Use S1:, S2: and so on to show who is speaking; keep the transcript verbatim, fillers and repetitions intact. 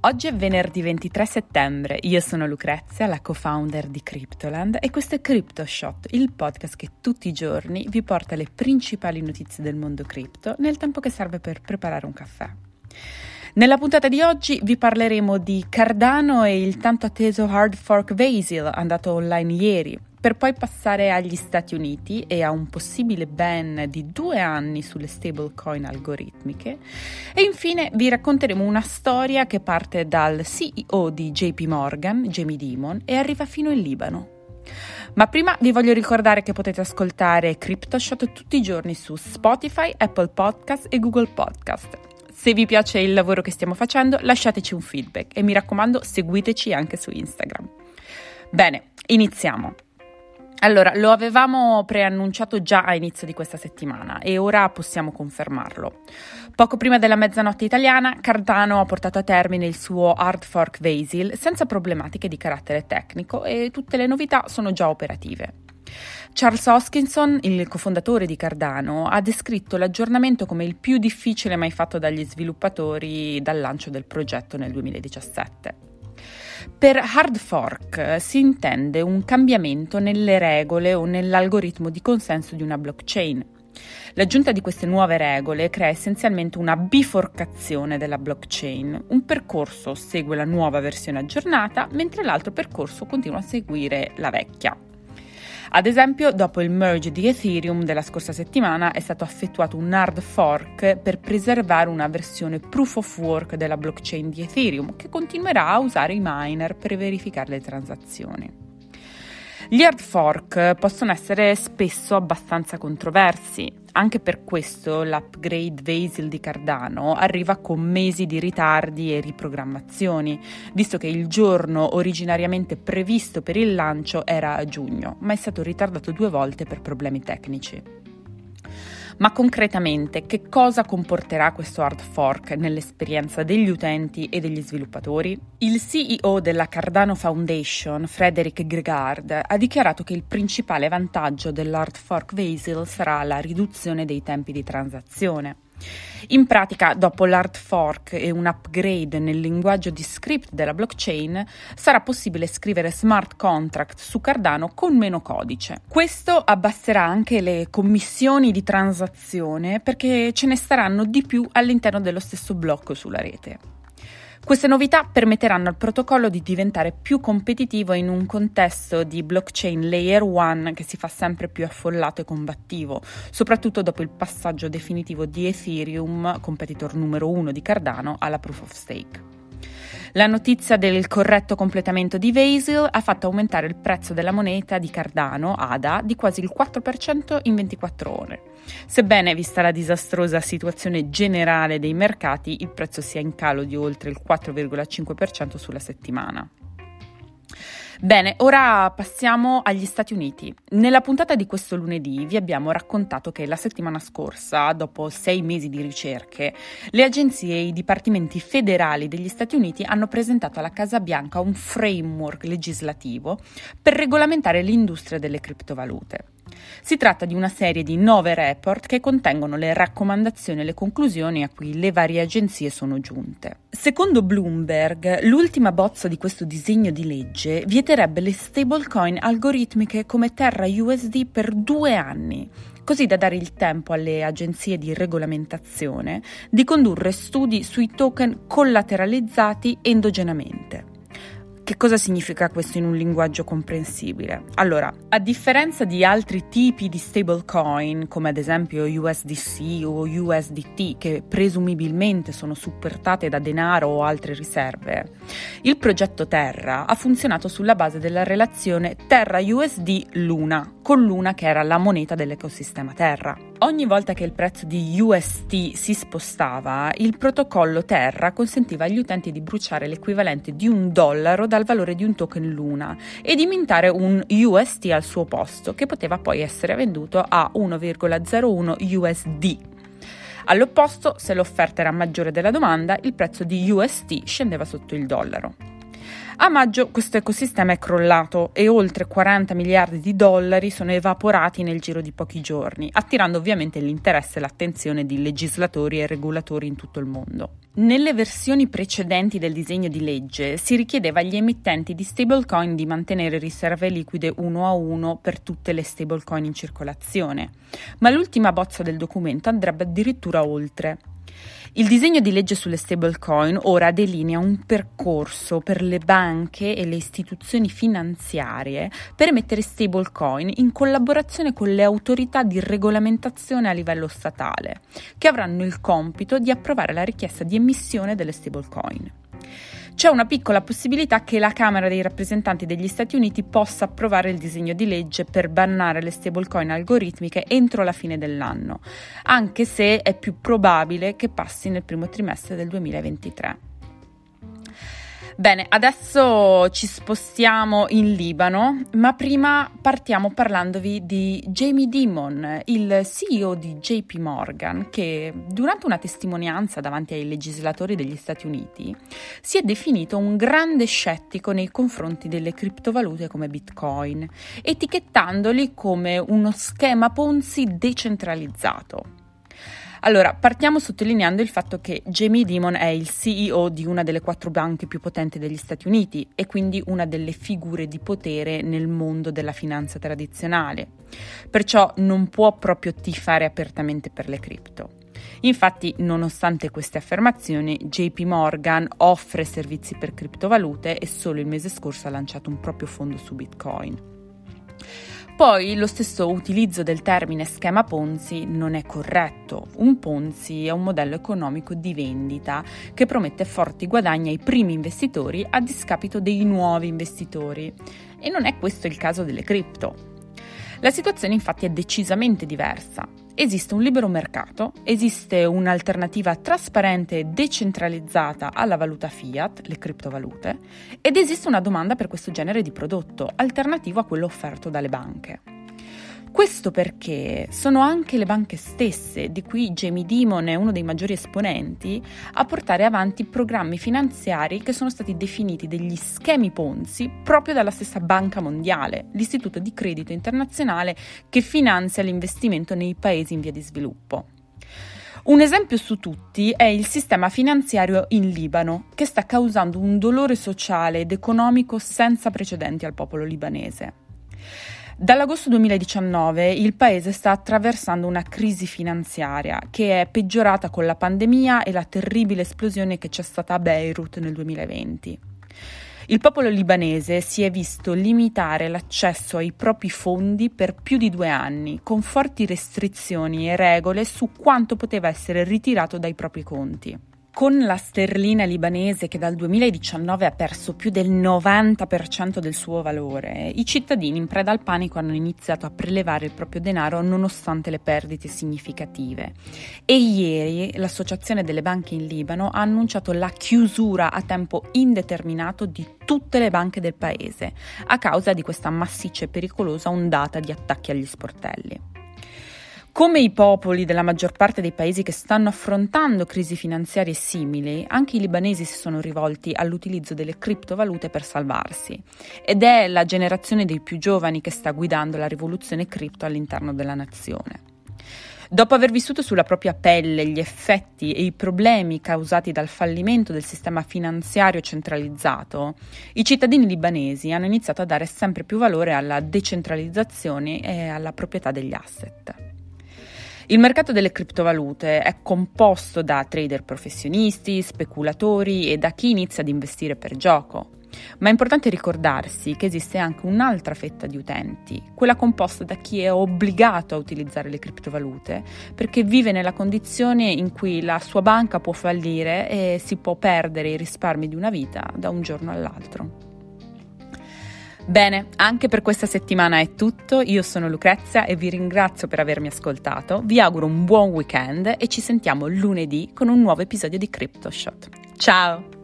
S1: Oggi è venerdì ventitré settembre, io sono Lucrezia, la co-founder di Cryptoland e questo è CryptoShot, il podcast che tutti i giorni vi porta le principali notizie del mondo cripto nel tempo che serve per preparare un caffè. Nella puntata di oggi vi parleremo di Cardano e il tanto atteso hard fork Vasil andato online ieri, per poi passare agli Stati Uniti e a un possibile ban di due anni sulle stablecoin algoritmiche e infine vi racconteremo una storia che parte dal C E O di J P Morgan, Jamie Dimon, e arriva fino in Libano. Ma prima vi voglio ricordare che potete ascoltare CryptoShot tutti i giorni su Spotify, Apple Podcast e Google Podcast. Se vi piace il lavoro che stiamo facendo, lasciateci un feedback e mi raccomando, seguiteci anche su Instagram. Bene, iniziamo. Allora, lo avevamo preannunciato già a inizio di questa settimana e ora possiamo confermarlo. Poco prima della mezzanotte italiana, Cardano ha portato a termine il suo hard fork Vasil senza problematiche di carattere tecnico e tutte le novità sono già operative. Charles Hoskinson, il cofondatore di Cardano, ha descritto l'aggiornamento come il più difficile mai fatto dagli sviluppatori dal lancio del progetto nel duemiladiciassette. Per hard fork si intende un cambiamento nelle regole o nell'algoritmo di consenso di una blockchain. L'aggiunta di queste nuove regole crea essenzialmente una biforcazione della blockchain. Un percorso segue la nuova versione aggiornata, mentre l'altro percorso continua a seguire la vecchia. Ad esempio, dopo il merge di Ethereum della scorsa settimana è stato effettuato un hard fork per preservare una versione proof of work della blockchain di Ethereum che continuerà a usare i miner per verificare le transazioni. Gli hard fork possono essere spesso abbastanza controversi, anche per questo l'upgrade Vasil di Cardano arriva con mesi di ritardi e riprogrammazioni, visto che il giorno originariamente previsto per il lancio era a giugno, ma è stato ritardato due volte per problemi tecnici. Ma concretamente, che cosa comporterà questo hard fork nell'esperienza degli utenti e degli sviluppatori? Il C E O della Cardano Foundation, Frederick Gregaard, ha dichiarato che il principale vantaggio dell'hard fork Vasil sarà la riduzione dei tempi di transazione. In pratica, dopo l'hard fork e un upgrade nel linguaggio di script della blockchain, sarà possibile scrivere smart contract su Cardano con meno codice. Questo abbasserà anche le commissioni di transazione perché ce ne staranno di più all'interno dello stesso blocco sulla rete. Queste novità permetteranno al protocollo di diventare più competitivo in un contesto di blockchain layer one che si fa sempre più affollato e combattivo, soprattutto dopo il passaggio definitivo di Ethereum, competitor numero uno di Cardano, alla proof of stake. La notizia del corretto completamento di Vasil ha fatto aumentare il prezzo della moneta di Cardano, A D A, di quasi il quattro per cento in ventiquattro ore. Sebbene, vista la disastrosa situazione generale dei mercati, il prezzo sia in calo di oltre il quattro virgola cinque per cento sulla settimana. Bene, ora passiamo agli Stati Uniti. Nella puntata di questo lunedì vi abbiamo raccontato che la settimana scorsa, dopo sei mesi di ricerche, le agenzie e i dipartimenti federali degli Stati Uniti hanno presentato alla Casa Bianca un framework legislativo per regolamentare l'industria delle criptovalute. Si tratta di una serie di nove report che contengono le raccomandazioni e le conclusioni a cui le varie agenzie sono giunte. Secondo Bloomberg, l'ultima bozza di questo disegno di legge vieterebbe le stablecoin algoritmiche come Terra U S D per due anni, così da dare il tempo alle agenzie di regolamentazione di condurre studi sui token collateralizzati endogenamente. Che cosa significa questo in un linguaggio comprensibile? Allora, a differenza di altri tipi di stablecoin, come ad esempio U S D C o U S D T, che presumibilmente sono supportate da denaro o altre riserve, il progetto Terra ha funzionato sulla base della relazione Terra U S D Luna, con Luna che era la moneta dell'ecosistema Terra. Ogni volta che il prezzo di U S T si spostava, il protocollo Terra consentiva agli utenti di bruciare l'equivalente di un dollaro dal valore di un token Luna e di mintare un U S T al suo posto, che poteva poi essere venduto a uno virgola zero uno U S D. All'opposto, se l'offerta era maggiore della domanda, il prezzo di U S T scendeva sotto il dollaro. A maggio questo ecosistema è crollato e oltre quaranta miliardi di dollari sono evaporati nel giro di pochi giorni, attirando ovviamente l'interesse e l'attenzione di legislatori e regolatori in tutto il mondo. Nelle versioni precedenti del disegno di legge si richiedeva agli emittenti di stablecoin di mantenere riserve liquide uno a uno per tutte le stablecoin in circolazione, ma l'ultima bozza del documento andrebbe addirittura oltre. Il disegno di legge sulle stablecoin ora delinea un percorso per le banche e le istituzioni finanziarie per emettere stablecoin in collaborazione con le autorità di regolamentazione a livello statale, che avranno il compito di approvare la richiesta di emissione delle stablecoin. C'è una piccola possibilità che la Camera dei rappresentanti degli Stati Uniti possa approvare il disegno di legge per bannare le stablecoin algoritmiche entro la fine dell'anno, anche se è più probabile che passi nel primo trimestre del duemilaventitré. Bene, adesso ci spostiamo in Libano, ma prima partiamo parlandovi di Jamie Dimon, il C E O di J P Morgan, che durante una testimonianza davanti ai legislatori degli Stati Uniti si è definito un grande scettico nei confronti delle criptovalute come Bitcoin, etichettandoli come uno schema Ponzi decentralizzato. Allora, partiamo sottolineando il fatto che Jamie Dimon è il C E O di una delle quattro banche più potenti degli Stati Uniti e quindi una delle figure di potere nel mondo della finanza tradizionale. Perciò non può proprio tifare apertamente per le cripto. Infatti, nonostante queste affermazioni, J P Morgan offre servizi per criptovalute e solo il mese scorso ha lanciato un proprio fondo su Bitcoin. Poi lo stesso utilizzo del termine schema Ponzi non è corretto. Un Ponzi è un modello economico di vendita che promette forti guadagni ai primi investitori a discapito dei nuovi investitori. E non è questo il caso delle cripto. La situazione infatti è decisamente diversa. Esiste un libero mercato, esiste un'alternativa trasparente e decentralizzata alla valuta fiat, le criptovalute, ed esiste una domanda per questo genere di prodotto, alternativo a quello offerto dalle banche. Questo perché sono anche le banche stesse, di cui Jamie Dimon è uno dei maggiori esponenti, a portare avanti programmi finanziari che sono stati definiti degli schemi Ponzi proprio dalla stessa Banca Mondiale, l'istituto di credito internazionale che finanzia l'investimento nei paesi in via di sviluppo. Un esempio su tutti è il sistema finanziario in Libano, che sta causando un dolore sociale ed economico senza precedenti al popolo libanese. Dall'agosto duemiladiciannove il paese sta attraversando una crisi finanziaria che è peggiorata con la pandemia e la terribile esplosione che c'è stata a Beirut nel duemilaventi. Il popolo libanese si è visto limitare l'accesso ai propri fondi per più di due anni, con forti restrizioni e regole su quanto poteva essere ritirato dai propri conti. Con la sterlina libanese che dal duemiladiciannove ha perso più del novanta per cento del suo valore, i cittadini in preda al panico hanno iniziato a prelevare il proprio denaro nonostante le perdite significative. E ieri l'Associazione delle Banche in Libano ha annunciato la chiusura a tempo indeterminato di tutte le banche del paese, a causa di questa massiccia e pericolosa ondata di attacchi agli sportelli. Come i popoli della maggior parte dei paesi che stanno affrontando crisi finanziarie simili, anche i libanesi si sono rivolti all'utilizzo delle criptovalute per salvarsi. Ed è la generazione dei più giovani che sta guidando la rivoluzione cripto all'interno della nazione. Dopo aver vissuto sulla propria pelle gli effetti e i problemi causati dal fallimento del sistema finanziario centralizzato, i cittadini libanesi hanno iniziato a dare sempre più valore alla decentralizzazione e alla proprietà degli asset. Il mercato delle criptovalute è composto da trader professionisti, speculatori e da chi inizia ad investire per gioco. Ma è importante ricordarsi che esiste anche un'altra fetta di utenti, quella composta da chi è obbligato a utilizzare le criptovalute perché vive nella condizione in cui la sua banca può fallire e si può perdere i risparmi di una vita da un giorno all'altro. Bene, anche per questa settimana è tutto. Io sono Lucrezia e vi ringrazio per avermi ascoltato. Vi auguro un buon weekend e ci sentiamo lunedì con un nuovo episodio di CryptoShot. Ciao!